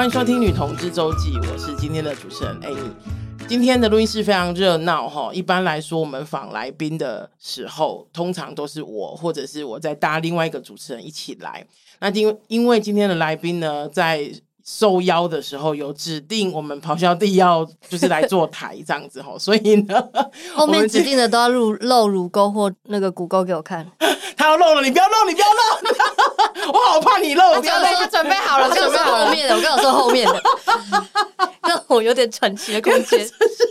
欢迎收听女同志周记，我是今天的主持人 Amy。今天的录音室非常热闹，一般来说我们访来宾的时候通常都是我或者是我在搭另外一个主持人一起来。那因为今天的来宾呢在受邀的时候有指定我们咆哮帝要就是来做台这样子所以呢后面指定的都要露乳沟或那个骨沟给我看。 他要露了，你不要露，你不要露我好怕你露，不要露。 我准备好了，这个是后面的，我刚有说后面的让我有点喘息的空间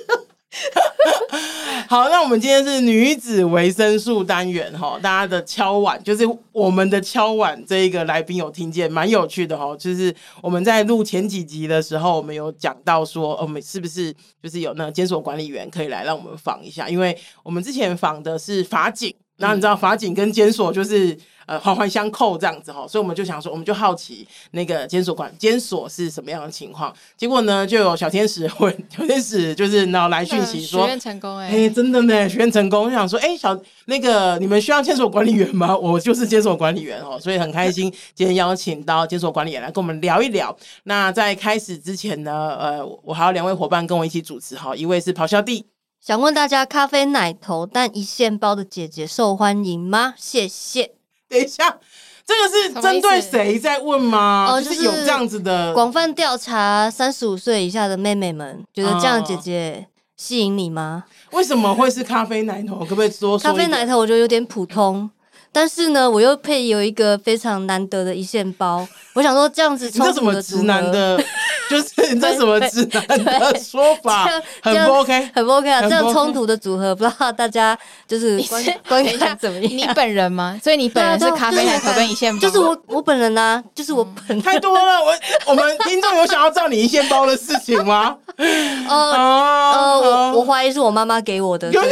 好，那我们今天是女子维生素单元大家的敲碗，就是我们的敲碗这一个来宾有听见，蛮有趣的就是我们在录前几集的时候，我们有讲到说我们是不是就是有那个监所管理员可以来让我们访一下，因为我们之前访的是法警，然后你知道法警跟监所就是环环相扣这样子所以我们就想说，我们就好奇那个监所是什么样的情况。结果呢，就有小天使就是来讯息说许愿成功真的呢，许愿成功。就想说那个你们需要监所管理员吗？我就是监所管理员所以很开心今天邀请到监所管理员来跟我们聊一聊。那在开始之前呢，我还有两位伙伴跟我一起主持一位是咆哮帝。 想问大家，咖啡奶头但一线包的姐姐受欢迎吗？谢谢。 等一下，这个是针对谁在问吗？就是有这样子的广泛调查，35岁以下的妹妹们觉得这样的姐姐吸引你吗？ 为什么会是咖啡奶头？可不可以多说一点？ 咖啡奶头我觉得有点普通，但是呢，我又配有一个非常难得的一线包。我想说这样子冲突的组合，你这什么直男的？ 就是你这什么直男的说法？很不 OK， 很不 OK 啊！这样冲突的组合，不知道大家就是观感怎么样？ 你本人吗？所以你本人是咖啡奶头跟一线包？ 就是我本人啊，就是我本人。 太多了，我们听众有想要知道你一线包的事情吗？ 我怀疑是我妈妈给我的。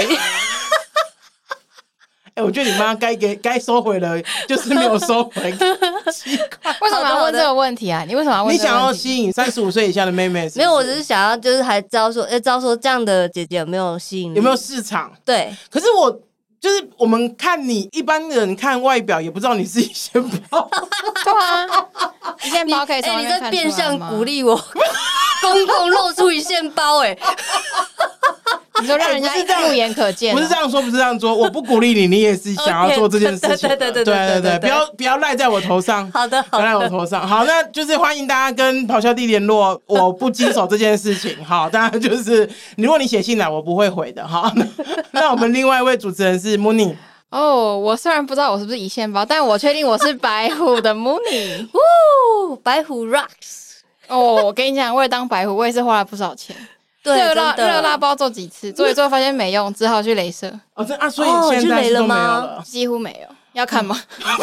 我觉得你妈该收回了，就是没有收回，奇怪。 为什么要问这个问题啊？你为什么要问这个问题？ 你想要吸引35岁以下的妹妹是不是？ 没有，我只是想要就是还知道说这样的姐姐有没有吸引力， 有没有市场？ 对。 可是就是我们看你一般人看外表也不知道你是一线包。 对啊，一线包可以从外面看出来吗？ 你在变相鼓励我公共露出一线包你说让人家肉眼可见不是这样说，不是这样说，我不鼓励你，你也是想要做这件事情。对，不要赖在我头上。 好的， 不要赖我头上。好，那就是欢迎大家跟咆哮帝联络，我不经手这件事情。好，当然就是如果你写信来，我不会回的。好，那我们另外一位主持人是 Mooney。 我虽然不知道我是不是一线包，但我确定我是白虎的 Mooney。 白虎 rocks。 我跟你讲，为了当白虎，我也是花了不少钱。热拉包做几次，做一做发现没用，只好去雷射。 所以现在都没有了， 几乎没有。要看吗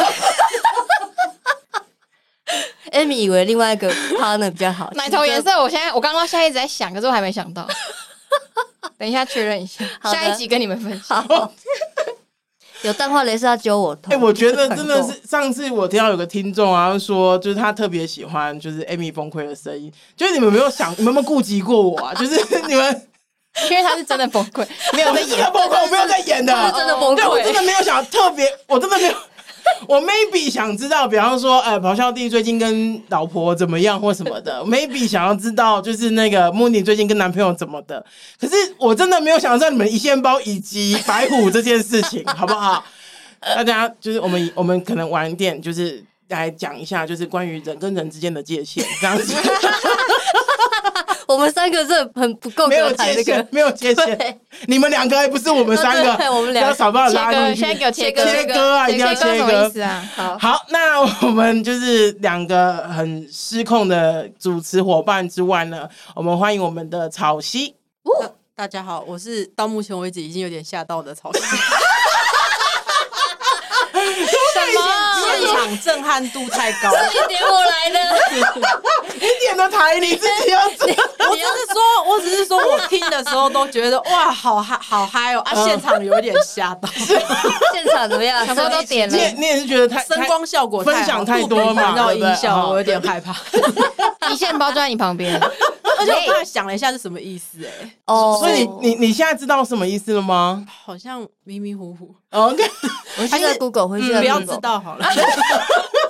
？Amy 以为另外一个 partner 比较好。 奶头颜色，我刚刚现在一直在想，可是我还没想到。等一下确认一下，下一集跟你们分享。 有淡化雷射要揪我头。 我觉得真的是上次我听到有个听众说，就是他特别喜欢就是 Amy 崩溃的声音，就是你们没有顾及过我啊？就是你们。 因为他是真的崩溃，没有在演， 我没有在演的， 是真的崩溃。 我真的没有想特别，我真的没有。我 maybe 想知道，比方说，咆哮帝最近跟老婆怎么样或什么的，maybe 想要知道，就是那个 Mooney 最近跟男朋友怎么的。可是我真的没有想知道你们一线包以及白虎这件事情，好不好？大家就是我们可能晚一点，就是来讲一下，就是关于人跟人之间的界限，这样子。 我们三个是很不够格谈这个， 没有界限。你们两个还不是我们三个， 我们两个少把我拉进去。 现在给我切割啊，一定要切割。 意思啊？ 好，那我们就是两个很失控的主持伙伴之外呢，我们欢迎我们的草溪。 大家好，我是到目前为止已经有点吓到的草溪。 什么？ 现场震撼度太高， 这一点我来的。 你点的台你自己要知道。 我只是说我听的时候都觉得哇，好嗨哦！现场有点吓到。 现场怎么样？ 什么都点了。 你也是觉得声光效果分享太多嘛？ 到音效，我有点害怕。 一线包就在你旁边， 而且我刚才想了一下是什么意思所以你现在知道什么意思了吗？ 好像迷迷糊糊。 OK， 我现在 Google 回去， 不要知道好了。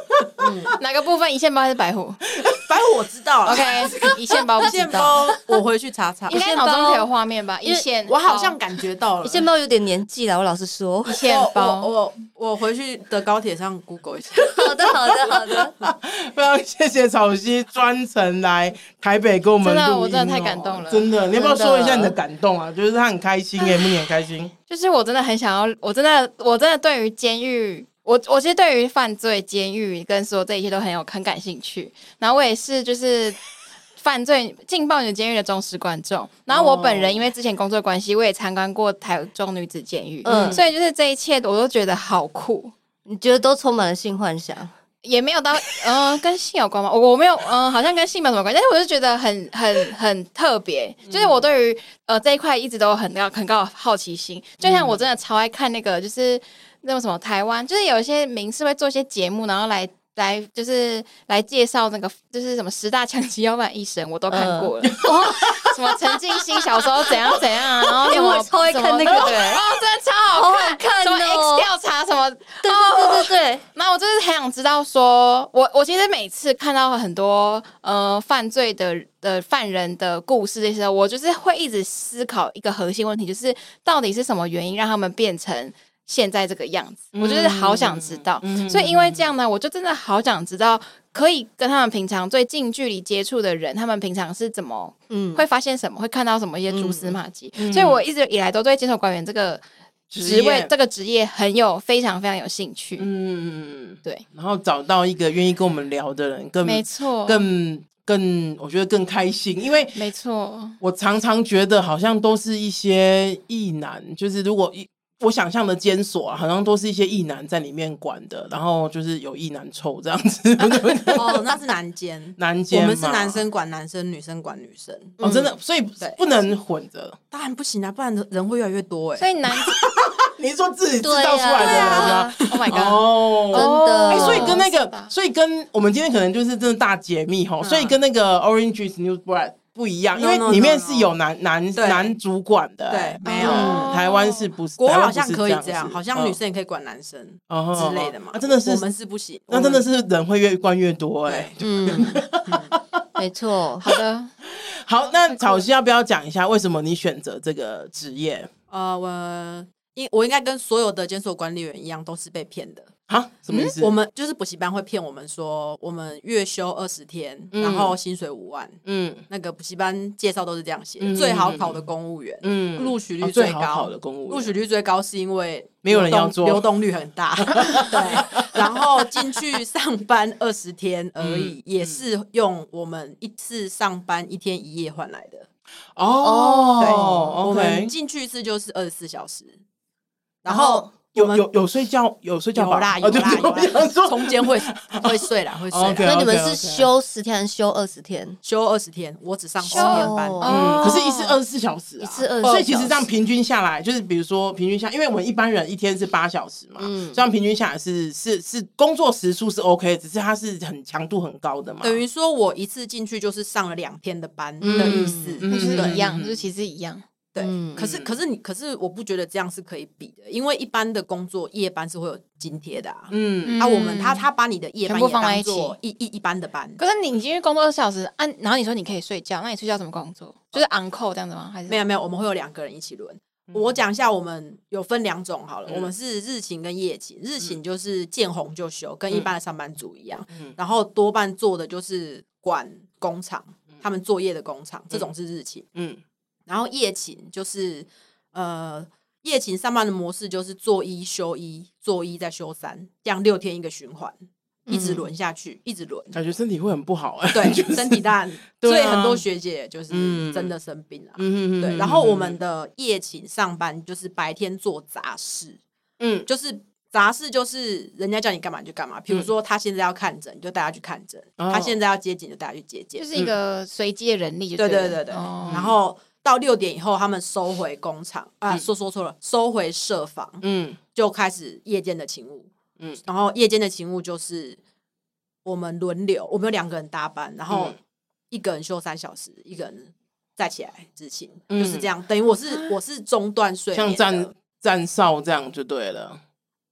哪个部分一线包还是白虎白虎我知道了。 ？OK， 一线包不一知道， 线包我回去查查。 应该脑中可以有画面吧？一线， 我好像感觉到了。 一线包有点年纪了，我老实说。 一线包， 我回去的高铁上 Google 一下。 好的，好的，好的。 非常谢谢草溪专程来台北跟我们录音我真的太感动了， 真的。你要不要说一下你的感动啊？就是他很开心耶，慕你很开心。 就是我真的很想要，我真的对于监狱。我其实对于犯罪、监狱跟所有这一切都很感兴趣，然后我也是就是犯罪劲爆女监狱的忠实观众。然后我本人因为之前工作关系，我也参观过台中女子监狱，所以就是这一切我都觉得好酷。 你觉得都充满了性幻想？ 也没有到跟性有关吗？我没有好像跟性没有什么关系，但是我就觉得很特别，就是我对于这一块一直都有很高的好奇心。就像我真的超爱看那个就是那种什么台湾，就是有一些民视会做一些节目，然后来就是来介绍那个就是什么10大枪击要犯一生，我都看过了。什么陈静心小时候怎样怎样啊，然后什么我超爱看那个， 对，真的超好看，什么 X 调查什么， 对。 那我就是很想知道说，我其实每次看到很多犯罪的犯人的故事的时候，我就是会一直思考一个核心问题，就是到底是什么原因让他们变成现在这个样子，我就是好想知道。所以因为这样呢，我就真的好想知道，可以跟他们平常最近距离接触的人，他们平常是怎么会发现什么，会看到什么一些蛛丝马迹。所以我一直以来都对监所管员这个这个职业非常非常有兴趣。对。 然后找到一个愿意跟我们聊的人， 没错， 更我觉得更开心，因为没错， 我常常觉得好像都是一些异男，就是如果我想象的监所好像都是一些异男在里面管的，然后就是有异男臭这样子。 哦，那是男监， 男监我们是男生管男生，女生管女生。 哦，真的，所以不能混着。 当然不行啊，不然人会越来越多哎。 所以你说自己制造出来的人吗 ？Oh my god！ 真的。 所以跟那个，所以跟我们今天可能就是真的大解密哈，所以跟那个 Orange is New Black不一样，因为里面是有男主管的， 对，没有， 台湾是不是？ 国外好像可以这样，好像女生也可以管男生之类的嘛。 真的是我们是不行， 那真的是人会越灌越多哎。 没错。 好的， 好，那草溪要不要讲一下为什么你选择这个职业？ 我应该跟所有的监所管理员一样，都是被骗的。 啊？什么意思？ 我们就是补习班会骗我们说，我们月休20天，然后薪水5万。那个补习班介绍都是这样写，最好考的公务员，录取率最高的公务员， 录取率最高是因为没有人要做， 流动率很大。对，然后进去上班20天而已，也是用我们一次上班1天1夜换来的。对，我们进去一次就是24小时。然后有睡觉吧？ 有啦，中间会睡啦，会睡啦。 那你们是休10天，休20天？ 休20天，我只上10天班。 可是一次24小时， 一次24， 所以其实这样平均下来，就是比如说平均下，因为我们一般人一天是8小时嘛，这样平均下来是工作时数是 OK， 只是它是很强度很高的嘛。 等于说我一次进去就是上了2天的班的意思， 就是一样，就是其实一样。 对，可是我不觉得这样是可以比的，因为一般的工作夜班是会有津贴的啊。我们他把你的夜班也当做一般的班。 可是你进去工作2小时，然后你说你可以睡觉，那你睡觉怎么工作？就是 on call 这样子吗？还是没有，我们会有2个人一起轮。我讲一下，我们有分2种好了，我们是日勤跟夜勤。日勤就是见红就休，跟一般的上班族一样，然后多半做的就是管工厂，他们作业的工厂，这种是日勤。然后夜勤就是夜勤上班的模式就是做1休1，做1再休3，这样6天一个循环，一直轮下去，一直轮， 感觉身体会很不好哎。 对，身体当然，所以很多学姐就是真的生病了。对，然后我们的夜勤上班就是白天做杂事，就是杂事就是人家叫你干嘛你就干嘛，比如说他现在要看诊，你就带他去看诊；他现在要接诊，就带他去接诊， 就是一个随机的人力就对。然后到6点以后，他们收回工厂说错了，收回社房，就开始夜间的勤务，然后夜间的勤务就是我们轮流，我们有2个人搭班，然后一个人休3小时，一个人再起来执勤，就是这样。等于我是中断睡眠的， 像站哨这样就对了。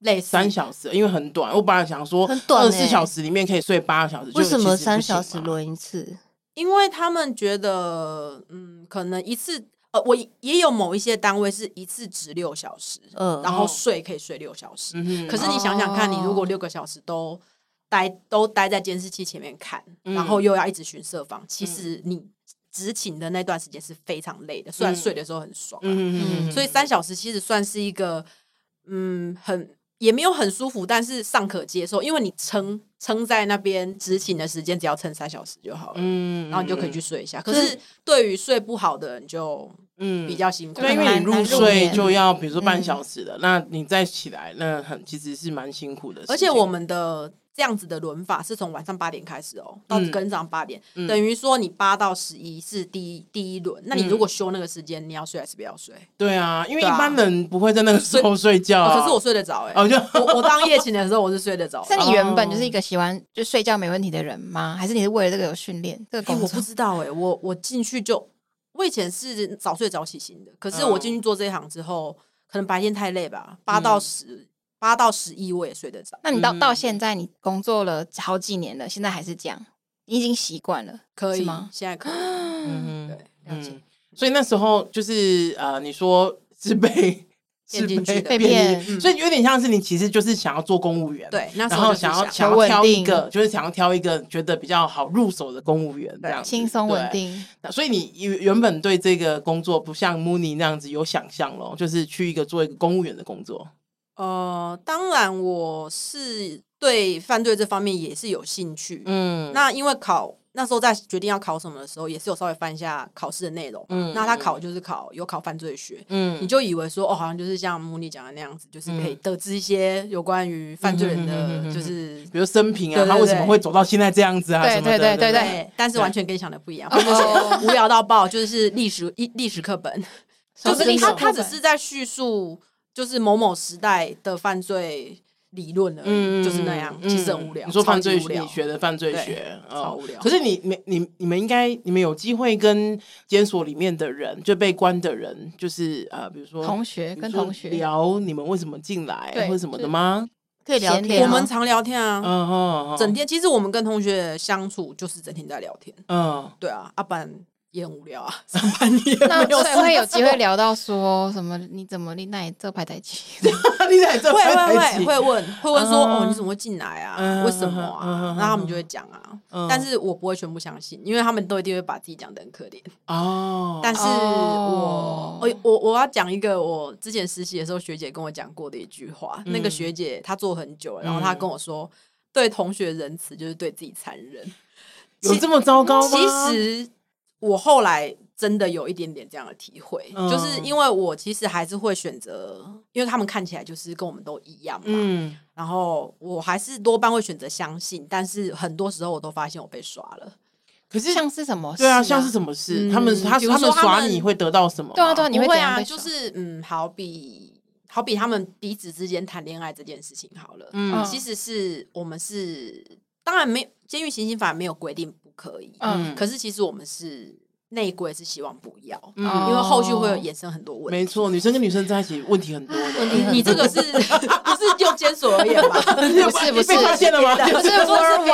类似 3小时，因为很短。我本来想说很短 24小时里面可以睡8个小时， 为什么就其实不 3 行嘛小时轮一次？ 因为他们觉得，可能一次，我也有某一些单位是一次值6小时，然后睡可以睡6小时。可是你想想看，你如果6个小时都待在监视器前面看，然后又要一直巡舍房，其实你执勤的那段时间是非常累的。虽然睡的时候很爽，所以3小时其实算是一个，也没有很舒服，但是尚可接受，因为你撑在那边执勤的时间只要撑3小时就好了，然后你就可以去睡一下。可是对于睡不好的人就比较辛苦， 对，因为你入睡就要比如说半小时了， 嗯那你再起来，那其实是蛮辛苦的事情。 而且我们的这样子的轮法是从晚上8点开始到隔天早上8点，等于说你8到11是第一轮，那你如果休那个时间，你要睡还是不要睡？ 对啊，因为一般人不会在那个时候睡觉啊。 可是我睡得着我当夜勤的时候我是睡得着。 是你原本就是一个喜欢就睡觉没问题的人吗？还是你是为了这个有训练这个工作？ 我不知道我进去我以前是早睡早起型的，可是我进去做这一行之后，可能白天太累吧，8到11我也睡得着。 那你到现在你工作了好几年了，现在还是这样？你已经习惯了， 可以吗？ 现在可以，对，了解。 所以那时候就是你说是被进去的被骗， 所以有点像是你其实就是想要做公务员， 对，那时然后候就是想要挑一个，就是想要挑一个觉得比较好入手的公务员，这样轻松稳定。 所以你原本对这个工作不像 Mooney 那样子有想象咯，就是去做一个公务员的工作。 当然我是对犯罪这方面也是有兴趣，那因为那时候在决定要考什么的时候，也是有稍微翻一下考试的内容，那他就是有考犯罪学，你就以为说好像就是像穆尼讲的那样子，就是可以得知一些有关于犯罪人的，就是比如生平啊，他为什么会走到现在这样子啊，什么的， 对，但是完全跟你想的不一样，无聊到爆，就是历史课本，就是他只是在叙述。就是某某时代的犯罪理论而已，就是那样，其实很无聊。 你说犯罪学，你学的犯罪学， 超无聊。 可是你们有机会跟监所里面的人，就被关的人，就是比如说同学聊你们为什么进来或者什么的吗？ 可以聊天， 我们常聊天啊，整天。其实我们跟同学相处就是整天在聊天，对啊，不然也很无聊啊，上班也那所以会有机会聊到说什么？你怎么你那这排台机？ 你在这会问说你怎么会进来啊？为什么啊？那他们就会讲啊，但是我不会全部相信，因为他们都一定会把自己讲得很可怜哦。但是我要讲一个我之前实习的时候学姐跟我讲过的一句话，那个学姐她做很久了，然后她跟我说，对同学仁慈就是对自己残忍。 有这么糟糕吗？ 其实。我后来真的有一点点这样的体会，就是因为我其实还是会选择，因为他们看起来就是跟我们都一样嘛，然后我还是多半会选择相信，但是很多时候我都发现我被耍了。 可是像是什么事？ 对啊，像是什么事？他们耍你会得到什么？ 对啊，你会怎样被耍？就是好比他们彼此之间谈恋爱这件事情好了，其实是我们是当然没有监狱刑法没有规定不可以，可是其实我们是内规是希望不要，因为后续会有衍生很多问题。 没错，女生跟女生在一起问题很多的。 你这个是不是就监所而言吧？ 不是被发现了吗？ 不是 world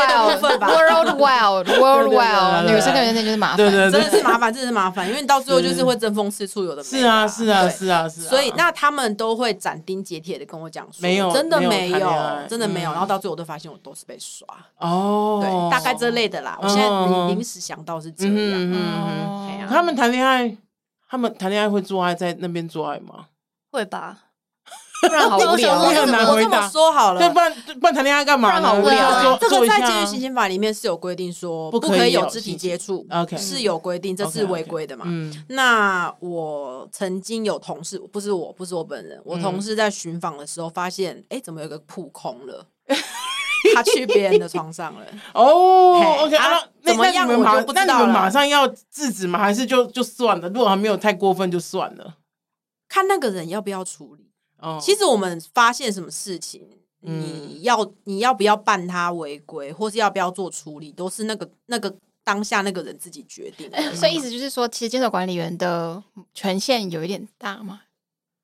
wild， 女生跟女生就是麻烦， 对， 真的是麻烦，真的是麻烦，因为你到最后就是会争风吃醋，有的没的。 是啊。 所以那他们都会斩钉截铁的跟我讲说， 没有， 真的没有，真的没有。然后到最后我都发现我都是被耍哦，对，大概这类的啦。我现在临时想到是这样。 他们谈恋爱会做爱在那边做爱吗？ 会吧， 不然好无聊。 你很难回答。 我这么说好了， 对，不然谈恋爱干嘛呢？ 好无聊。 这个在监狱刑刑法里面是有规定说不可以有肢体接触，是有规定，这是违规的嘛？那我曾经有同事，不是我本人，我同事在巡访的时候发现，怎么有个铺空了？他去别人的床上了哦 ，OK， 怎么样我就不知道了。 那你们马上要制止吗？还是就算了？如果还没有太过分，就算了。 看那个人要不要处理。其实我们发现什么事情，你要不要办他违规，或是要不要做处理，都是那个当下那个人自己决定的。 所以意思就是说，其实监所管理员的权限有一点大吗？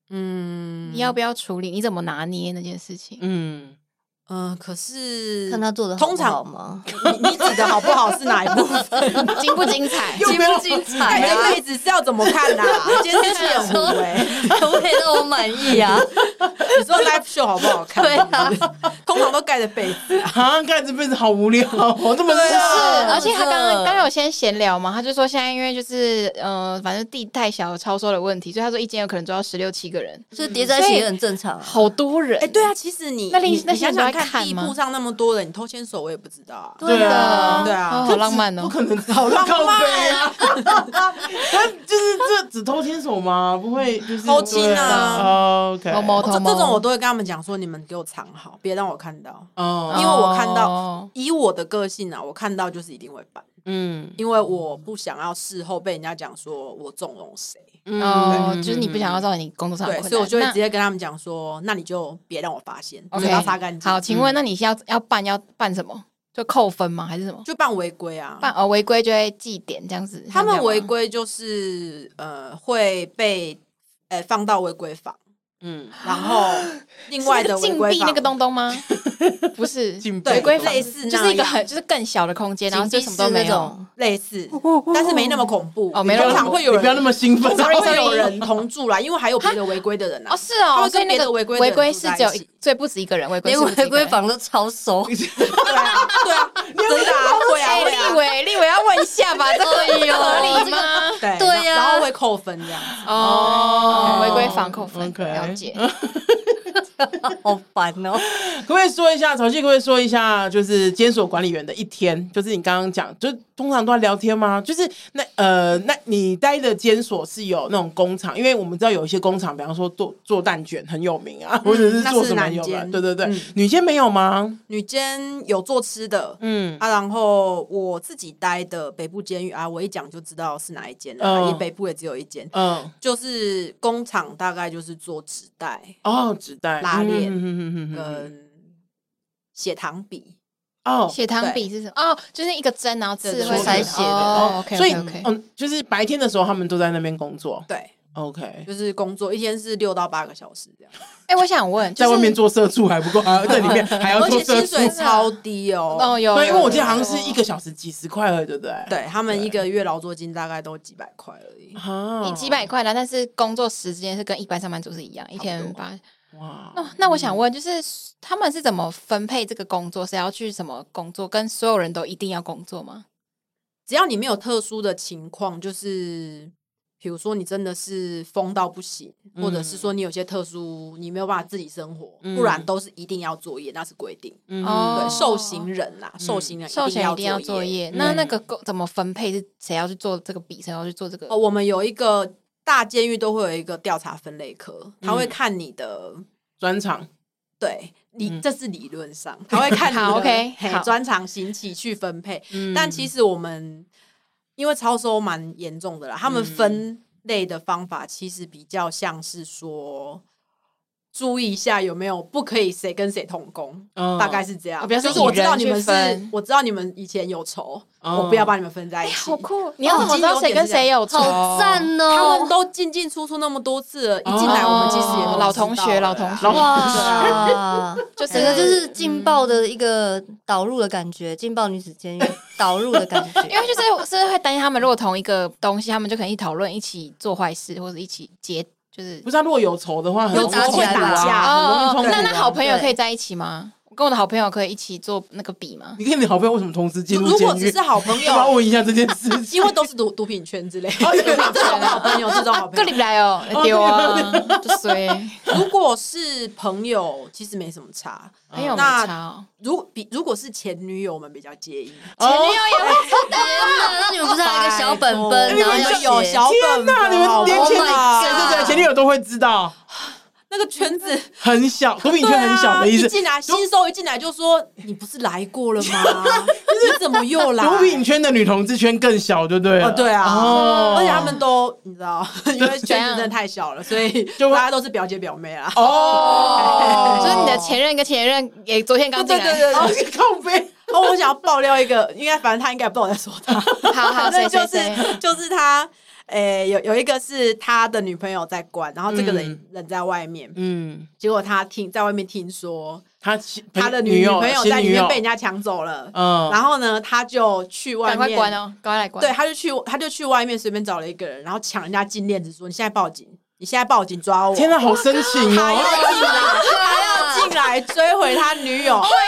你要不要处理？你怎么拿捏那件事情？ 可是看他做的通常吗？ 你指的好不好是哪一部分？ 精不精彩？ 精不精彩啊？ 这辈子是要怎么看啊？监视器很糊可不可以让我满意啊？ 你说 live show 好不好看？ 对啊， 通常都盖着被子啊， 盖着被子好无聊，这么热。 而且他刚有先闲聊嘛，他就说现在因为就是反正地太小超收的问题，所以他说一间有可能就要16、7个人， 所以叠在一起也很正常啊。 好多人。 对啊，其实你想想看，地铺上那么多人，你偷牵手我也不知道啊。 对啊， 对啊， 好浪漫哦， 不可能好浪漫啊！就是这只偷牵手吗？不会就是偷亲啊 ？OK， 这种我都会跟他们讲说，你们给我藏好，别让我看到。因为我看到，以我的个性啊，我看到就是一定会办。因为我不想要事后被人家讲说我纵容谁。 就是你不想要造成你工作上的困难， 所以我就会直接跟他们讲说，那你就别让我发现，嘴巴擦干净。 好，请问那你要办什么？就扣分吗？还是什么？ 就办违规啊！ 违规就会记点这样子。 他们违规就是会被放到违规房。然后另外的违规禁闭那个东东吗？不是， 违规类似就是一个就是更小的空间，然后就什么都没有， 类似，但是没那么恐怖。 通常会有人不要那么兴奋， 会有人同住啦，因为还有别的违规的人啊。 是哦， 所以那个违规是只有所以不止一个人违规， 连违规房都超收。 对啊，真的啊，会啊。 立委要问一下吧，这个合理吗？ 对呀，然后会扣分这样。 违规房扣分，了解。 好烦哦！ 可不可以说一下，曹记可不可以说一下，就是监所管理员的一天？就是你刚刚讲，就通常都在聊天吗？就是那你待的监所是有那种工厂，因为我们知道有一些工厂，比方说做蛋卷很有名啊，或者是做什么很有名。对，女监没有吗？ 女监有做吃的，然后我自己待的北部监狱啊，我一讲就知道是哪一间了，北部也只有一间，就是工厂大概就是做纸袋纸袋。 拉链跟血糖笔血糖笔是什么？就是一个针，然后刺会采血的。 所以就是白天的时候他们都在那边工作。 对 ，OK， 就是工作一天是6到8个小时这样。 我想问， 在外面做社畜还不够，在里面还要做社畜， 而且薪水超低哦。 对，因为我记得好像是1个小时几10块而已，对不对？ 对，他们1个月劳作金大概都几百块而已， 几百块啦，但是工作时间是跟一般上班族是一样，一天8。哇，那我想问，就是他们是怎么分配这个工作？谁要去什么工作？跟所有人都一定要工作吗？ 只要你没有特殊的情况，就是比如说你真的是疯到不行，或者是说你有些特殊，你没有办法自己生活，不然都是一定要作业，那是规定。对，受刑人啦，受刑人一定要作业。那个怎么分配？是谁要去做这个笔？谁要去做这个？ 我们有一个。大监狱都会有一个调查分类科，他会看你的专长， 对，这是理论上，他会看你的专长刑期去分配。但其实我们因为超收蛮严重的啦，他们分类的方法其实比较像是说，注意一下有没有不可以谁跟谁同工，大概是这样。就是我知道你们我知道你们以前有仇，我不要把你们分在一起。 好酷！你要怎么知道谁跟谁有仇？ 好赞哦！ 他们都进出那么多次了，一进来我们其实也老同学。 哇，就是劲爆的一个导入的感觉，劲爆女子监狱导入的感觉。 因为就是会担心他们如果同一个东西，他们就可能一起讨论，一起做坏事，或者一起就是不是如果有仇的话，很容易打起来打架。 那好朋友可以在一起吗？跟我的好朋友可以一起做那个笔吗？ 你跟你好朋友为什么同时进入监狱？ 如果只是好朋友， 要问一下这件事情， 因为都是毒品圈之类的。这种好朋友， 各里来哦，丢啊，就衰。 如果是朋友，其实没什么差。 朋友没差。 如果是前女友，我们比较介意。 前女友也会知道。 那你们不是还有一个小本本，然后有小本本？ 你们连前女友都会知道。 那个圈子很小，毒品圈很小的意思。 一进来，新收一进来就说：“你不是来过了吗？你怎么又来？” 毒品圈的女同志圈更小，就对了。 对啊，而且他们都你知道，因为圈子真的太小了，所以大家都是表姐表妹啦。 所以你的前任跟前任也昨天刚进来， 对， 靠背。 我想要爆料一个，反正他应该不知道我在说他。 好，谁？ 就是他。 有一个是他的女朋友在关，然后这个人在外面，结果他在外面听说他的女朋友在里面被人家抢走了，然后呢，他就去外面， 赶快关哦，赶快来关。 对，他就去外面随便找了一个人，然后抢人家金链子，说你现在报警，你现在报警抓我！ 天哪，好深情他哦！ 要进来追回他女友。 Oh my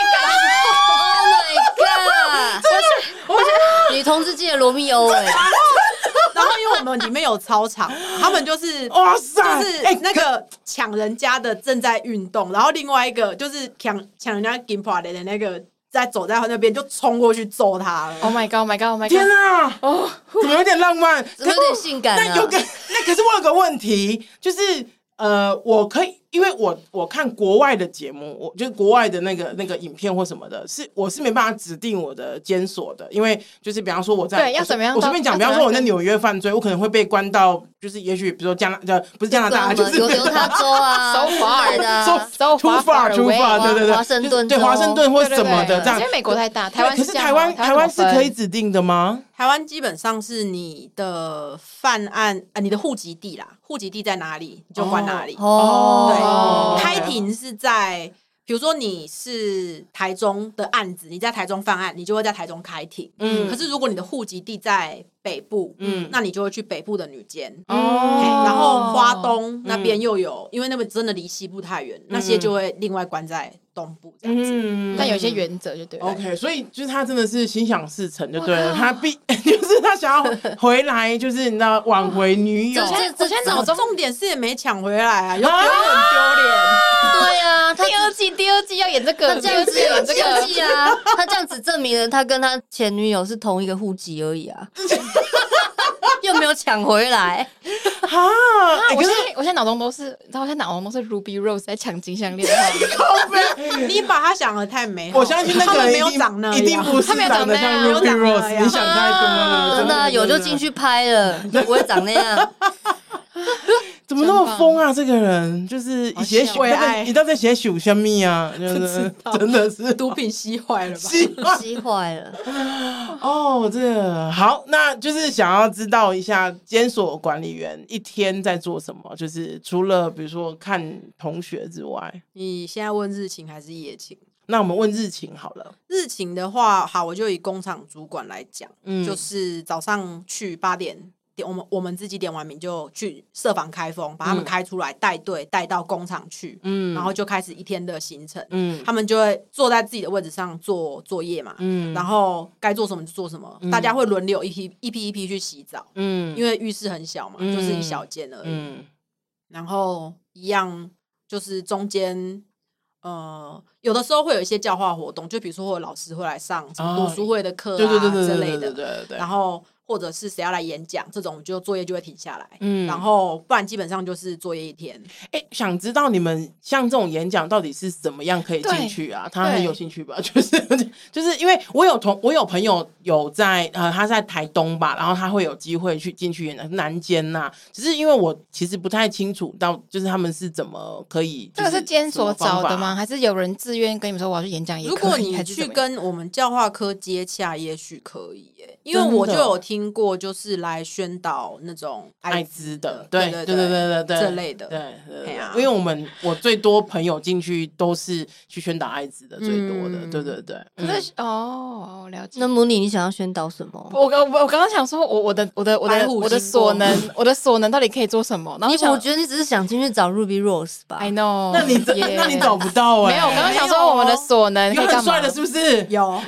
god！ 女同志界的罗密欧然后因为我们里面有操场，他们就是哇塞， 就是那个抢人家的正在运动，然后另外一个就是抢人家金帕的那个走在那边就冲过去揍他了。 Oh my god！ Oh my god！ Oh my god！ 天哪！哦，怎么有点浪漫？ 怎么有点性感啊？ 可是我有个问题，就是我可以。因为我看国外的节目，我就是国外的那个影片或什么的，我是没办法指定我的监所的，因为就是比方说对要怎么样， 我随便讲，比方说我在纽约犯罪，我可能会被关到，就是也许比如说不是加拿大，就是犹他州啊 ，so far 的 ，so far，对， 华盛顿， 对华盛顿或什么的这样。 因为美国太大，台湾可是台湾是可以指定的吗？ 台湾基本上是你的犯案你的户籍地啦，户籍地在哪里你就关哪里。对，开庭是在，比如说你是台中的案子，你在台中犯案，你就会在台中开庭。可是如果你的户籍地在北部，那你就会去北部的女监。然后花东那边又有，因为那边真的离西部太远，那些就会另外关在东部这样子。 但有一些原则就对了。 OK， 所以就是他真的是心想事成就对了，他就是他想要回来，就是你知道挽回女友。 这重点是也没抢回来啊，有很丢脸。 对啊， 第二季要演这个， 他这样子演这个戏啊，他这样子证明了他跟他前女友是同一个户籍而已啊。又没有抢回来我现在脑中都是，你知道，我现在脑中都是 Ruby Rose 在抢金项链。 你把他想的太美好， 我相信那个没有长那样， 一定不是长得像 Ruby Rose， 你想太多了。 真的有就进去拍了，就不会长那样。 怎么那么疯啊？这个人就是写你到底写属什么啊？就是真的是毒品吸坏了吧？ 吸坏了。 哦，这个好，那就是想要知道一下监所管理员一天在做什么，就是除了比如说看同学之外， 你现在问日勤还是夜勤？ 那我们问日勤好了。 日勤的话，好，我就以工厂主管来讲，就是早上去8点。我们自己点完名就去设防开封，把他们开出来，带队带到工厂去，然后就开始一天的行程。他们就会坐在自己的位置上做作业嘛，然后该做什么就做什么，大家会轮流一批去洗澡，因为浴室很小嘛，就是一小间而已。然后一样就是中间。有的时候会有一些教化活动，就比如说会有老师会来上什么读书会的课啊之类的，然后或者是谁要来演讲，这种就作业就会停下来，然后不然基本上就是作业一天。 想知道你们像这种演讲到底是怎么样可以进去啊？他很有兴趣吧？就是因为我有朋友有在他在台东吧，然后他会有机会进去演讲南监呐，只是因为我其实不太清楚到就是他们是怎么可以， 这个是监所找的吗？还是有人自愿跟你们说我要去演讲也可以？ 如果你去跟我们教化科接洽，也许可以耶。因为我就有听过，就是来宣导那种艾滋的， 对这类的， 对，因为我最多朋友进去都是去宣导艾滋的最多的，对。 可是我了解。 那母女，你想要宣导什么？ 我刚刚想说，我的所能到底可以做什么？然后我觉得你只是想进去找 Ruby Rose 吧。 I know， 那你找不到没有，我刚刚想说我们的所能可以干嘛？ 很帅的，是不是？ 有。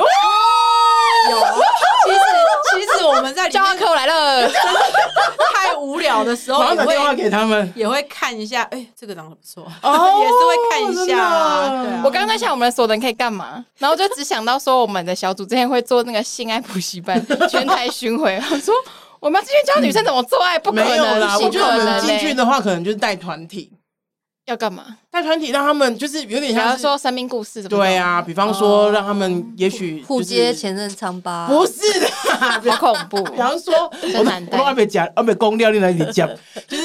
其实我们在教化课来了， 太无聊的时候， 打电话给他们， 也会看一下。这个长得不错，也是会看一下。对啊， 我刚刚在想我们的所能可以干嘛，然后就只想到说我们的小组之前会做那个性爱补习班，全台巡回。我说我们要进去教女生怎么做爱，不可能， 没有啦。我觉得我们进去的话， 可能就是带团体。 要干嘛？ 带团体让他们就是有点像是说生命故事， 对啊，比方说让他们也许互接前任疮疤， 不是的， 好恐怖。 比方说，我还没讲，还没公掉，你来你讲，就是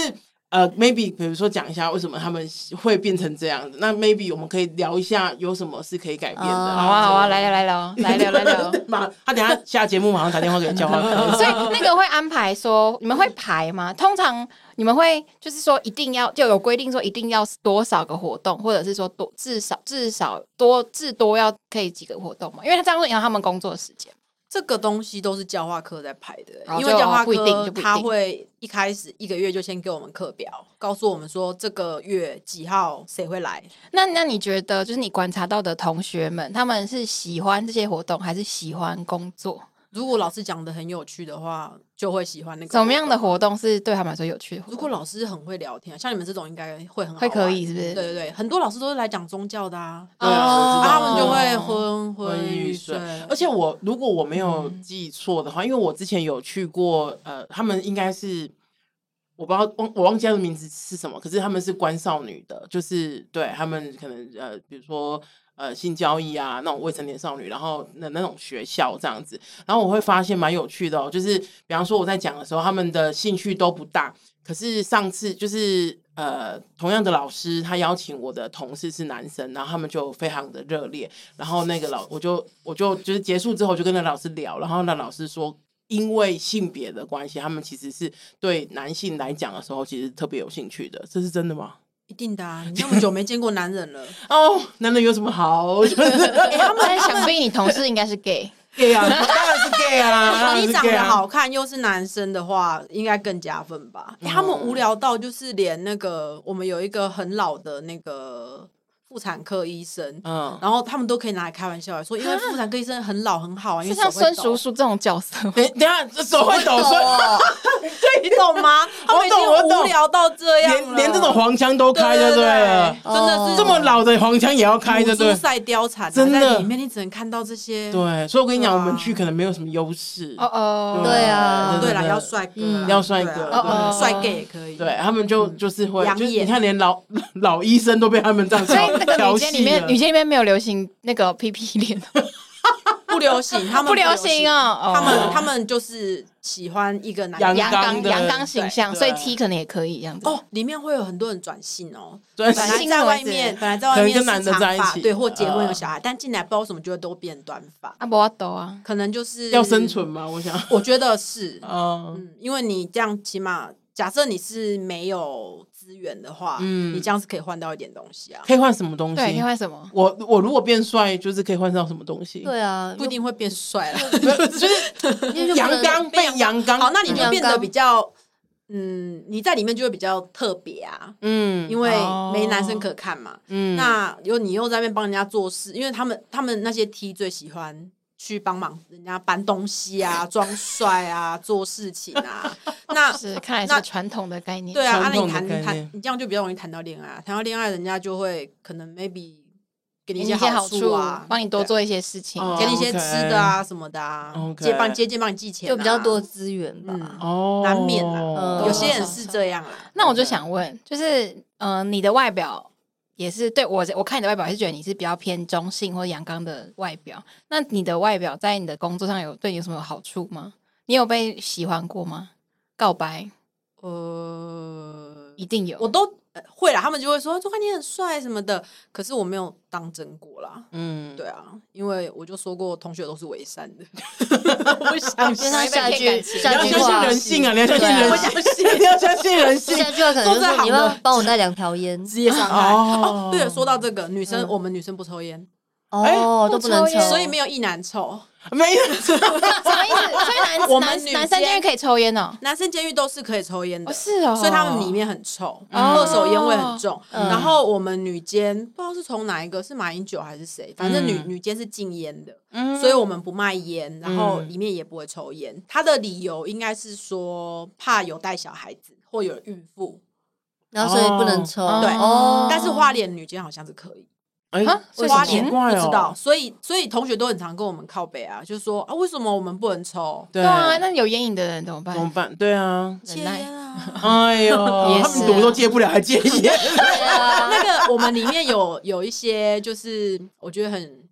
maybe 比如说讲一下为什么他们会变成这样子，那 maybe 我们可以聊一下有什么是可以改变的。 好啊，来聊。 他等一下下节目马上打电话给教化科。 所以那个会安排说，你们会排吗？通常你们会就是说一定要就有规定说一定要多少个活动，或者是说至少多要可以几个活动嘛？因为他这样会影响他们工作的时间。 这个东西都是教化科在排的， 哦因为教化不一定科他会一开始1个月就先给我们课表，告诉我们说这个月几号谁会来。 那你觉得就是你观察到的同学们，他们是喜欢这些活动，还是喜欢工作？ 如果老师讲的很有趣的话，就会喜欢那个。 什么样的活动是对他们来说有趣的活动？ 如果老师很会聊天，像你们这种应该会很好玩， 会可以是不是？ 对，很多老师都是来讲宗教的啊， 对啊， 他们就会昏昏欲睡。 而且如果我没有记错的话，因为我之前有去过，他们应该是我不知道我忘记他的名字是什么，可是他们是关少女的，就是对他们可能比如说。性交易啊，那种未成年少女，然后那种学校这样子，然后我会发现蛮有趣的就是比方说我在讲的时候，他们的兴趣都不大，可是上次就是同样的老师，他邀请我的同事是男生，然后他们就非常的热烈，然后那个我就是结束之后就跟那老师聊，然后那老师说。因为性别的关系，他们其实是对男性来讲的时候，其实特别有兴趣的，这是真的吗？ 一定的啊！你那么久没见过男人了哦，男人有什么好？ 他们想必你同事应该是 gay 啊，当然是 gay 啊！ 你长得好看又是男生的话，应该更加分吧？他们无聊到就是连那个我们有一个很老的那个。妇产科医生，然后他们都可以拿来开玩笑来说，因为妇产科医生很老很好啊，因为像孙叔叔这种角色。 等一下，手会抖， 对，你懂吗？他们已经无聊到这样了， 连这种黄腔都开的，对了， 真的是这么老的黄腔也要开的，对， 赛貂蝉真的在里面，你只能看到这些。 对，所以我跟你讲，我们去可能没有什么优势。 对啊， 对啦，要帅哥， 要帅哥， 帅 gay 也可以。 对他们就是会，就你看，连老医生都被他们这样。 那个女监里面没有流行那个 PP 脸， 不流行，他们不流行哦。 他们就是喜欢一个男阳刚形象，所以 T 可能也可以这样子。 哦，里面会有很多人转性哦， 本来在外面跟男的在一起， 对，或结婚有小孩，但进来不知道为什么就会都变短发。 啊，不懂啊， 可能就是要生存吗？ 我觉得是，因为你这样起码。假设你是没有资源的话，你这样是可以换到一点东西啊。 可以换什么东西？ 对，可以换什么？ 我如果变帅，就是可以换到什么东西？ 对啊， 不一定会变帅啦， 就是阳刚变阳刚。 好，那你就变得比较，你在里面就会比较特别啊。因为没男生可看嘛。那你又在那边帮人家做事，因为他们那些 T 最喜欢。去帮忙人家搬东西啊，装帅啊，做事情啊，那是看来是传统的概念。 对啊，那你这样就比较容易谈到恋爱，谈到恋爱，人家就会可能 maybe 给你一些好处啊， 帮你多做一些事情， 给你一些吃的啊什么的啊，接见帮你寄钱， 就比较多资源吧。 难免啊，有些人是这样啊。 那我就想问，就是你的外表。也是对我看你的外表，还是觉得你是比较偏中性或阳刚的外表。那你的外表在你的工作上对你有什么好处吗？你有被喜欢过吗？告白？一定有， 我都会啦。他们就会说：“周看你很帅什么的。”可是我没有当真过啦。对啊，因为我就说过，同学都是伪善的。我不相信下句你要相信人性啊！你要相信人性，你要相信人性。 下句话可能就是你要帮我带2条烟， 职业伤害。对了，说到这个，我们女生不抽烟。 都不能抽， 所以没有一男抽。 没有什么意思？所以我们男生监狱可以抽烟哦， 男生监狱都是可以抽烟的， 是哦， 所以他们里面很臭，二手烟味很重。然后我们女监不知道是从哪一个，是马英九还是谁，反正女监是禁烟的，所以我们不卖烟，然后里面也不会抽烟。他的理由应该是说怕有带小孩子或有孕妇， 然后所以不能抽。 对，但是花莲女监好像是可以。花莲不知道，所以同学都很常跟我们靠北啊，就是说啊，为什么我们不能抽？ 对啊，那有烟瘾的人怎么办？ 怎么办？对啊， 戒烟啊！ 哎呦，他们赌都戒不了，还戒烟。 那个我们里面有一些，就是我觉得很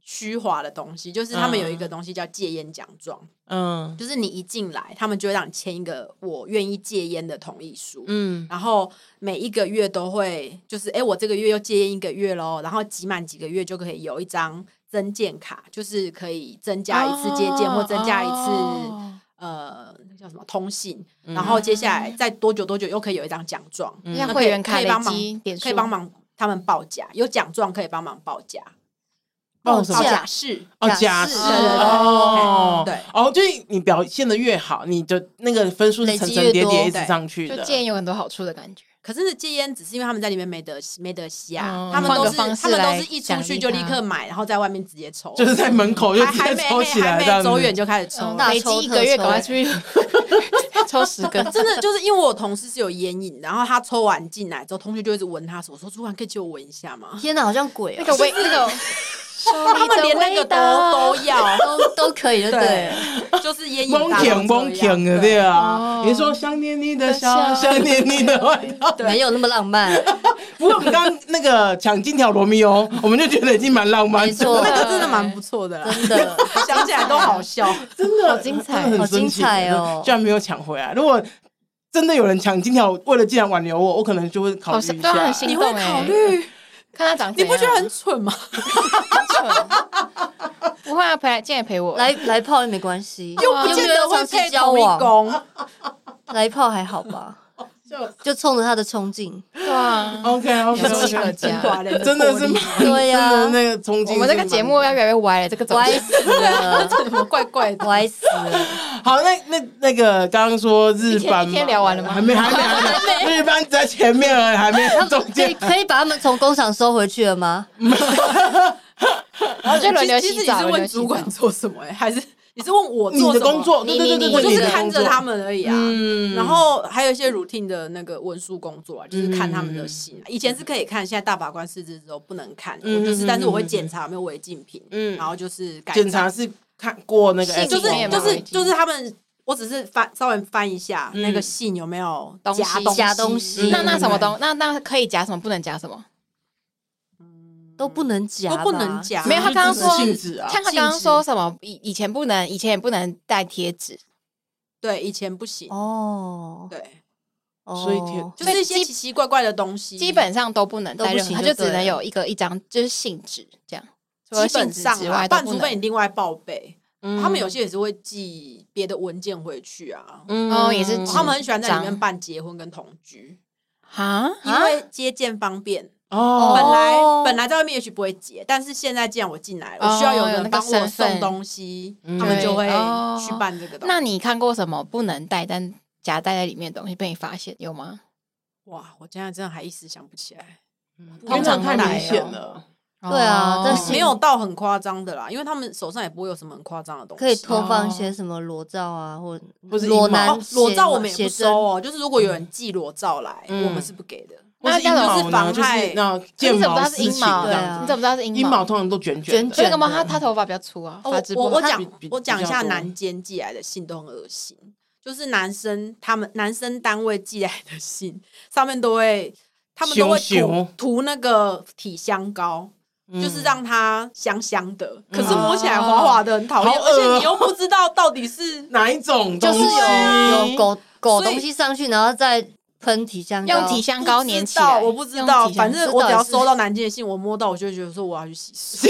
虚华的东西，就是他们有一个东西叫戒烟奖状，就是你一进来，他们就会让你签一个我愿意戒烟的同意书，然后每一个月都会就是我这个月又戒烟1个月咯，然后集满几个月就可以有一张增健卡，就是可以增加一次戒检或增加一次那叫什么通信，然后接下来再多久又可以有一张奖状， 像会员卡累积点数， 可以帮忙他们报价，有奖状可以帮忙报价。假释假释对就是你表现的越好，你的那个分数是层层叠叠一直上去的。 就戒烟有很多好处的感觉。 可是戒烟只是因为他们在里面没得吸啊，他们都是一出去就立刻买，然后在外面直接抽， 就是在门口就直接抽起来， 还没走远就开始抽， 累积1个月赶快出去抽10根。 真的就是因为我同事是有烟瘾，然后他抽完进来之后，同学就一直闻他手，我说主管可以借我闻一下吗？ 天哪，好像鬼那个味那个。 他们连那个都要都可以，对， 就是烟瘾蒙甜的对啊。你说想念你的笑，想念你的外套， 没有那么浪漫。 不过我们刚刚那个抢金条罗密欧，我们就觉得已经蛮浪漫， 没错， 那个真的蛮不错的， 真的想起来都好笑， 真的好精彩， 好精彩哦！ 居然没有抢回来。如果真的有人抢金条，为了既然挽留我可能就会考虑一下。 你会考虑？ 看他长怎样， 你不觉得很蠢吗？ 很蠢，不会啊，进来陪我， 来泡也没关系， 又不见得会配交往， 来泡还好吧？就冲着他的冲劲， 对啊 ，OK， 真的是对呀， 那个冲劲。 我们这个节目要越来越歪了，这个歪死了， 怎么怪怪的， 歪死了。 好，那个刚刚说日班一天聊完了吗？ 还没，日班在前面了，还没中间。 可以把他们从工厂收回去了吗？ 然后就轮流其实洗澡。 你是问主管做什么？还是你是问我做什么？ 你的工作？对， 我就是看着他们而已啊。然后还有一些 routine 的那个文书工作啊，就是看他们的信。以前是可以看，现在大法官释字之后不能看。我就是，但是我会检查有没有违禁品，然后就是检查是看过那个， 就是他们。我只是稍微翻一下那个信有没有夹东西。 那什么那可以夹什么，不能夹什么？ 都不能夹， 没有，他刚刚说禁止啊， 像他刚刚说什么以前不能，以前也不能带贴纸。 对，以前不行哦。 对， 所以就是一些奇奇怪怪的东西， 基本上都不能带任何，他就只能有一张就是信纸这样。 基本上啊，但除非你另外报备。他们有些也是会寄别的文件回去啊， 也是他们很喜欢在里面办结婚跟同居啊， 因为接见方便哦。 本来在外面也许不会结，但是现在既然我进来了，我需要有人帮我送东西，他们就会去办这个东西。 那你看过什么不能带但夹带在里面的东西被你发现有吗？ 哇，我现在真的还一时想不起来， 通常太明显了。 对啊，但没有到很夸张的啦，因为他们手上也不会有什么很夸张的东西， 可以投放一些什么裸照啊，或者裸男裸照我们也不收哦。就是如果有人寄裸照来，我们是不给的。 那阴毛呢？就是那剑毛事情， 对啊， 你怎么知道是阴毛？ 阴毛通常都卷卷的吗？他头发比较粗啊，发质不好。 我讲一下男监寄来的信都很恶心，就是男生单位寄来的信上面他们都会涂那个体香膏。就是让它香香的，可是摸起来滑滑的，很讨厌，而且你又不知道到底是哪一种东西， 就是有狗东西上去，然后再喷体香膏， 用体香膏粘起来。 我不知道，反正我只要收到南京的信，我摸到我就会觉得说我要去洗手。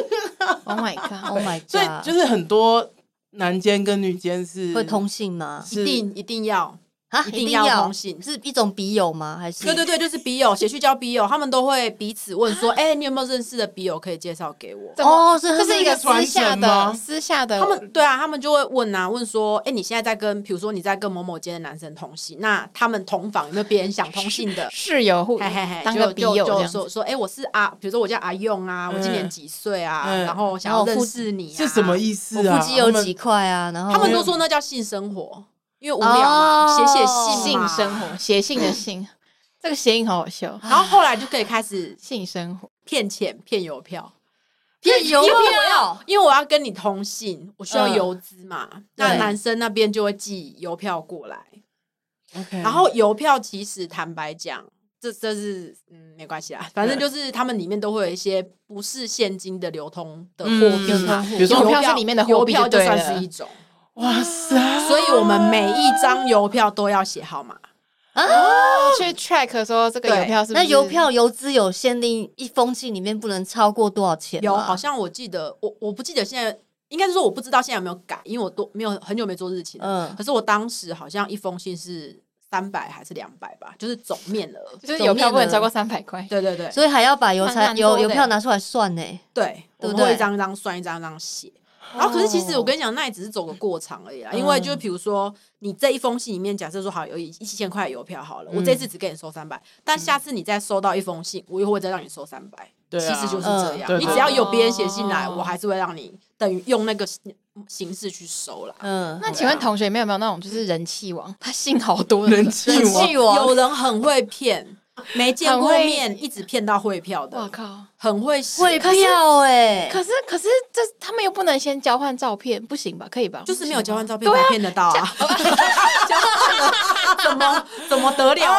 Oh my god！ Oh my god！ 所以就是很多男监跟女监是会通信吗？ 一定要。 一定要通信， 是一种笔友吗？还是对，就是笔友，写去交笔友，他们都会彼此问说：“你有没有认识的笔友可以介绍给我？” 这是一个私下的。 他们就会问说：“你现在在跟，比如说你在跟某某间的男生通信，那他们同房有没有别人想通信的室友当个笔友这样就说我是比如说我叫阿用啊，我今年几岁啊，然后想要认识你， 是什么意思啊？ 我腹肌有几块啊？然后他们都说那叫性生活。”因为无聊嘛，写信性生活，写信的信，这个谐音好好笑。 然后后来就可以开始性生活， 骗钱、骗邮票、因为我要跟你通信，我需要邮资嘛。那男生那边就会寄邮票过来。然后邮票其实坦白讲， 这是没关系啦，反正就是他们里面都会有一些不是现金的流通的货币嘛， 比如说邮票是里面的货币邮票就算对了是一种， 哇塞！ 所以我们每一张邮票都要写号码。 去 track 说这个邮票是不是那邮票邮资有限定，一封信里面不能超过多少钱吗？ 有，好像我记得，我不记得现在，应该是说我不知道现在有没有改，因为我都没有很久没做日期了。可是我当时好像一封信是300还是200吧，就是总面额， 就是邮票不能超过300块。 对对对， 所以还要把邮蛮多的邮票拿出来算呢。 对，我们对不对会一张一张算，一张一张写。然后，可是其实我跟你讲，那也只是走个过场而已啦。因为就比如说，你这一封信里面，假设说好有1000块的邮票好了，我这次只给你收300，但下次你再收到一封信，我又会再让你收300。 对啊其实就是这样。 对你只要有别人写信来，我还是会让你等于用那个形式去收啦。 那请问同学有没有那种就是人气王，他信好多的人气王有人很会骗，没见过面一直骗到汇票的， 我靠， 很会写汇票哎。 可是这他们又不能先交换照片，不行吧？可以吧？ 就是没有交换照片才骗得到啊！怎么得了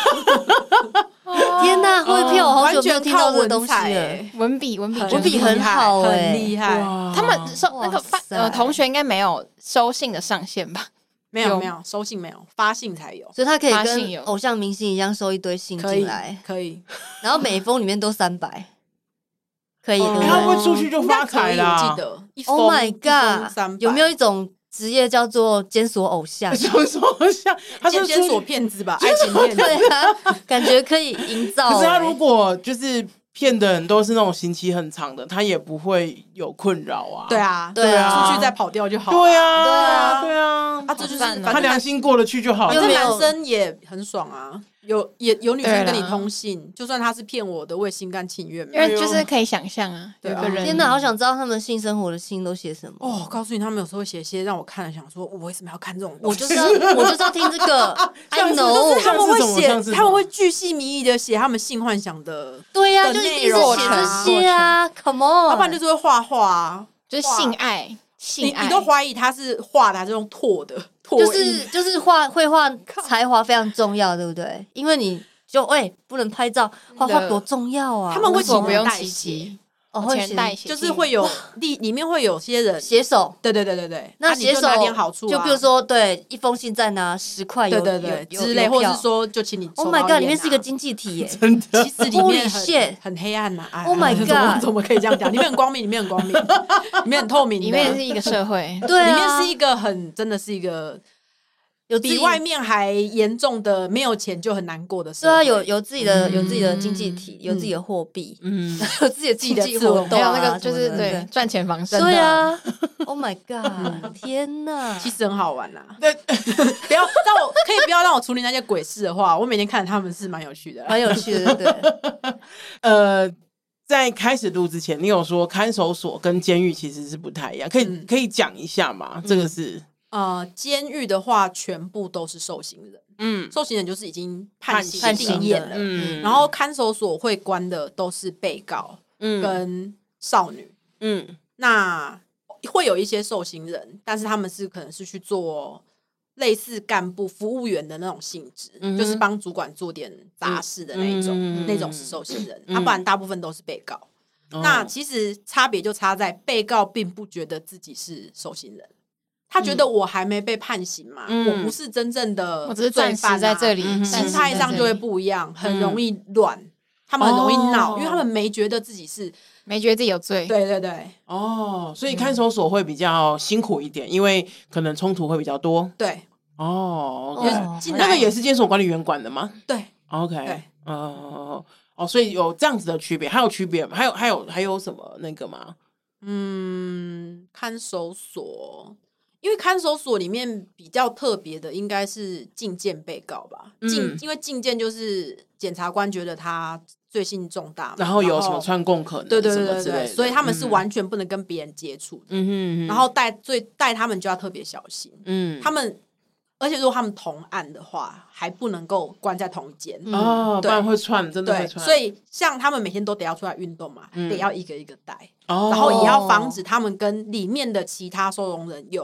哦？ 天哪，汇票我好久没有完全听到这个东西靠文采了。 欸文笔文笔很好很欸厉害。 他们收那个哇塞同学应该没有收信的上限吧？有没有收信没有，发信才有。 所以他可以发信有跟偶像明星一样收一堆信可以进来， 可以， 然后每一封里面都300，可以对不他会不对会出去就发财啦？ 我记得一封 ？Oh my 一封 god！ 300 有没有一种职业叫做监所偶像？ 什么像他是监所骗子吧？爱情骗子。 对啊，感觉可以营造欸。 可是他如果就是骗的人都是那种刑期很长的，他也不会有困扰啊。 对啊， 对啊出去再跑掉就好。 对啊， 对啊对啊， 啊，这就是反正他良心过得去就好了。 反正又没有男生也很爽啊，有女生跟你通信，就算他是骗我的，我也心甘情愿。 因为就是可以想象啊， 对啊有一个人天哪，好想知道他们性生活的信都写什么。 哦，我告诉你，他们有时候会写一些让我看了想说，我为什么要看这种东西？ 我就是要听这个，I 就 know。 是他们会写像是什，么他们会巨细靡遗的写他们性幻想的， 对呀， 的就一内容定是写这些啊，Come on。 要不然就是会画画啊， 就是性爱，性爱你都怀疑他是画的还是用拓的，拓就是绘画才华非常重要，对不对？因为你就不能拍照，画画多重要啊！ 他们会我不用代奇迹， 会前代写就是会有里面会有些人写手。 对， 那写手你就拿点好处啊， 就比如说对一封信再拿10块， 对之类，或者是说就请你 ，Oh my god，里面是一个经济体耶， 真的， 其实里面 Holy shit 很黑暗呐。 Oh my god 怎么可以这样讲？里面很光明，里面很光明，里面很透明的， 里面是一个社会， 对啊， 里面是一个真的是一个有自己比外面还严重的没有钱就很难过的社对啊， 会。 有自己的经济体，有自己的货币，有自己的经济自我活动啊， 还有那个就是什么的对赚钱方式， 对啊，Oh my god，天哪！ 其实很好玩啦。不要让我可以不要让我处理那些鬼事的话，我每天看他们是蛮有趣的啦。 蛮有趣的，对不对？ 在开始录之前，你有说看守所跟监狱其实是不太一样，可以讲一下吗？这个是监狱的话，全部都是受刑人，受刑人就是已经判刑判刑定验了，然后看守所会关的都是被告跟少女，那会有一些受刑人，但是他们是可能是去做类似干部服务员的那种性质，就是帮主管做点杂事的那种，那种是受刑人，不然大部分都是被告。那其实差别就差在被告并不觉得自己是受刑人，他觉得我还没被判刑嘛，我不是真正的我只是暂时在这里， 心态上就会不一样，很容易乱，他们很容易闹，因为他们没觉得自己是， 没觉得自己有罪。 对， 所以看守所会比较辛苦一点，因为可能冲突会比较多。 对， 那个也是监所管理员管的吗？ 对 ，OK， 所以有这样子的区别，还有区别吗？还有什么那个吗？ 看守所，因为看守所里面比较特别的应该是禁见被告吧，因为禁见就是检察官觉得他罪性重大嘛， 然后有什么串供可能， 对，所以他们是完全不能跟别人接触的，然后带他们就要特别小心，他们。而且如果他们同案的话，还不能够关在同一间不然会串，真的会串。 所以像他们每天都得要出来运动嘛，得要一个一个带，然后也要防止他们跟里面的其他收容人有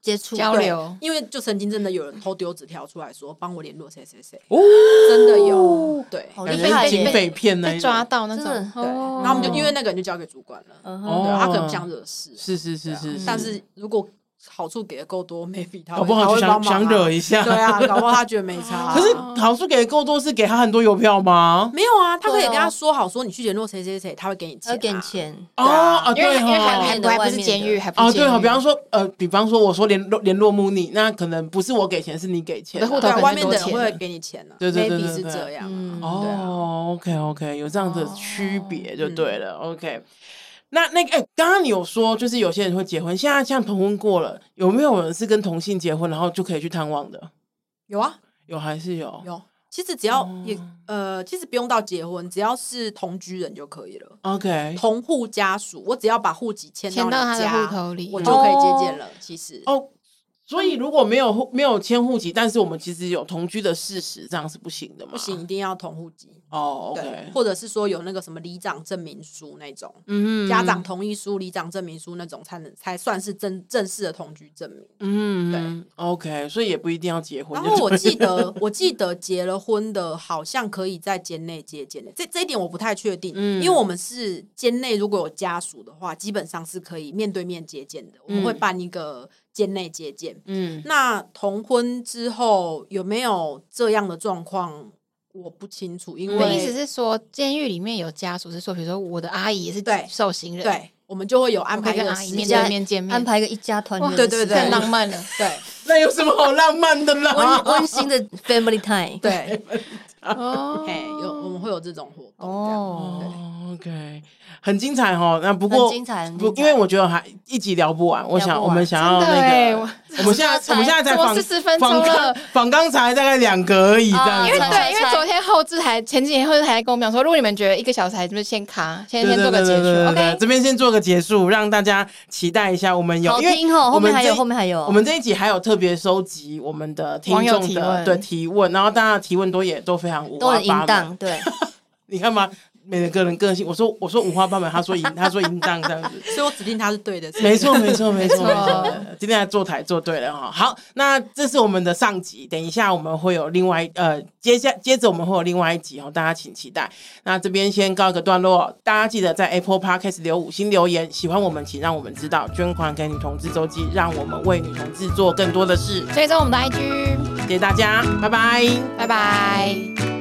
接触交流， 因为就曾经真的有人偷丢纸条出来说帮我联络谁谁谁， 哦， 真的有，对， 好感厉害耶觉是警匪片那被一种抓到那种真的， 对， 哦然后我们就因为那个人就交给主管了， 哦对，他可能不想惹事， 是是是对啊是， 但是如果好处给的够多，maybe 他搞不好就想惹一下， 对啊，搞不好他觉得没差。 可是好处给的够多，是给他很多邮票吗？ 没有啊，他可以跟他说好，说你去联络谁谁谁，他会给你钱， 要给你。钱， 哦啊， 因为对哈。 还不是监狱，还不哦，对哈， 是监狱比方说，我说联络母你，那可能不是我给钱，是你给钱啊。 对， 我的户头可能外面的人多钱会给你钱呢，maybe 是对对对对对这样啊。 嗯， 哦，OK，有这样的区别就对了。OK，那个刚刚你有说，就是有些人会结婚，现在像同婚过了，有没有人是跟同性结婚，然后就可以去探望的？ 有啊， 有还是有？ 有。其实只要其实不用到结婚，只要是同居人就可以了。 OK， 同户家属，我只要把户籍迁迁到他的你家户头里我就可以接见了。其实哦，所以如果没有迁户籍，但是我们其实有同居的事实，这样是不行的吗？ 不行，一定要同户籍。 哦对 ，OK，， 或者是说有那个什么里长证明书那种， 嗯家长同意书、里长证明书那种才算是正式的同居证明。 对 ，OK，所以也不一定要结婚。 然后我记得结了婚的，好像可以在监内接见的，这一点我不太确定，因为我们是监内如果有家属的话，基本上是可以面对面接见的，我们会办一个监内接见。那同婚之后有没有这样的状况？我不清楚，因你的意思为是说，监狱里面有家属是说，比如说我的阿姨也是对受刑人， 对，我们就会有安排我可以跟一个时间阿姨面对面见面， 安排一个一家团圆的对对对时间太浪漫了。 对那有什么好浪漫的啦？ 温馨的 family time。 对， 哦， 嘿，我们会有这种活动，这样哦，OK，很精彩哦。那不过很精彩很精彩因为我觉得还一集聊不完，我们想要真的那欸个，我们现在才怎么40分钟了访刚才大概2个而已，这样子。 因为猜因为昨天后置台前几天后置台跟我们讲说，如果你们觉得1个小时还是先卡，先做个结束对 ，OK。 这边先做个结束，让大家期待一下。我们有好因为听哦，后面还有， 我们后面还有。 我们这一集还有特别收集我们的听网友众的提问对提问，然后大家的提问也都非常五都很淫花八门。 荡，对， 你看嘛，每个人个性，我说五花八门，他说淫荡这样子。 所以我指定他是对的。是没错，没错。今天来做台做对了哈。好，那这是我们的上集，等一下我们会有另外接着我们会有另外一集哦，大家请期待。那这边先告一个段落，大家记得在 Apple Podcast 留5星留言，喜欢我们请让我们知道，捐款给女同志周记，让我们为女同志做更多的事。 追踪我们的 IG， 谢谢大家，拜拜。 拜拜。